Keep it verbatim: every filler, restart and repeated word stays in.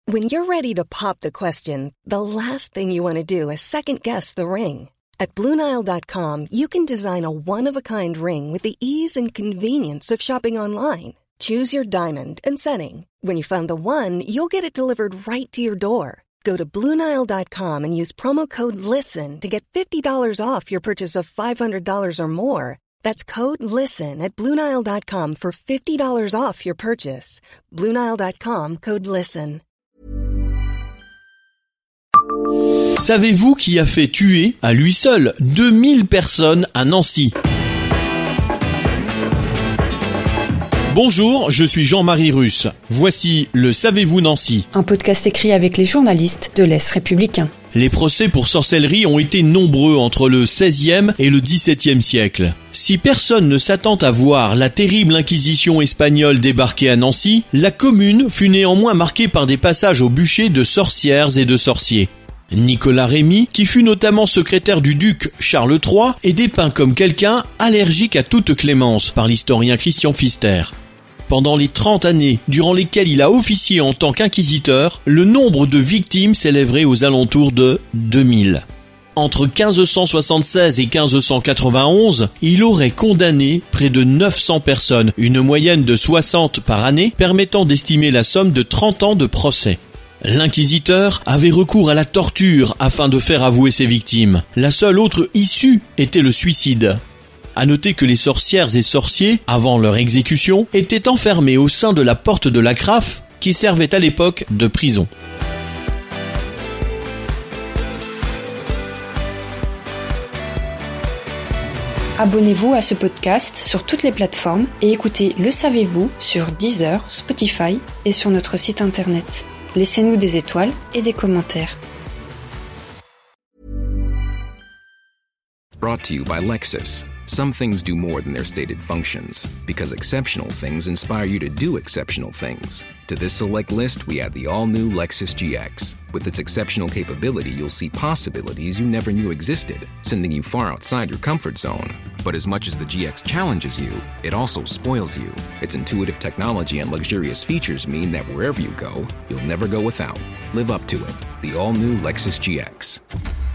When you're ready to pop the question, the last thing you want to do is second-guess the ring. At Blue Nile dot com, you can design a one-of-a-kind ring with the ease and convenience of shopping online. Choose your diamond and setting. When you find the one, you'll get it delivered right to your door. Go to Blue Nile dot com and use promo code LISTEN to get fifty dollars off your purchase of five hundred dollars or more. That's code LISTEN at Blue Nile dot com for fifty dollars off your purchase. Blue Nile dot com, code LISTEN. Savez-vous qui a fait tuer, à lui seul, deux mille personnes à Nancy ? Bonjour, je suis Jean-Marie Russe. Voici le Savez-vous Nancy ? Un podcast écrit avec les journalistes de l'Est républicain. Les procès pour sorcellerie ont été nombreux entre le seizième et le dix-septième siècle. Si personne ne s'attend à voir la terrible inquisition espagnole débarquer à Nancy, la commune fut néanmoins marquée par des passages au bûcher de sorcières et de sorciers. Nicolas Rémy, qui fut notamment secrétaire du duc Charles trois, est dépeint comme quelqu'un allergique à toute clémence par l'historien Christian Pfister. Pendant les trente années durant lesquelles il a officié en tant qu'inquisiteur, le nombre de victimes s'élèverait aux alentours de deux mille. Entre quinze cent soixante-seize et quinze cent quatre-vingt-onze, il aurait condamné près de neuf cents personnes, une moyenne de soixante par année, permettant d'estimer la somme de trente ans de procès. L'inquisiteur avait recours à la torture afin de faire avouer ses victimes. La seule autre issue était le suicide. À noter que les sorcières et sorciers, avant leur exécution, étaient enfermés au sein de la porte de l'agrafe qui servait à l'époque de prison. Abonnez-vous à ce podcast sur toutes les plateformes et écoutez Le Savez-vous sur Deezer, Spotify et sur notre site internet. Laissez-nous des étoiles et des commentaires. Brought to you by Lexus. Some things do more than their stated functions, because exceptional things inspire you to do exceptional things. To this select list, we add the all-new Lexus G X. With its exceptional capability, you'll see possibilities you never knew existed, sending you far outside your comfort zone. But as much as the G X challenges you, it also spoils you. Its intuitive technology and luxurious features mean that wherever you go, you'll never go without. Live up to it. The all-new Lexus G X.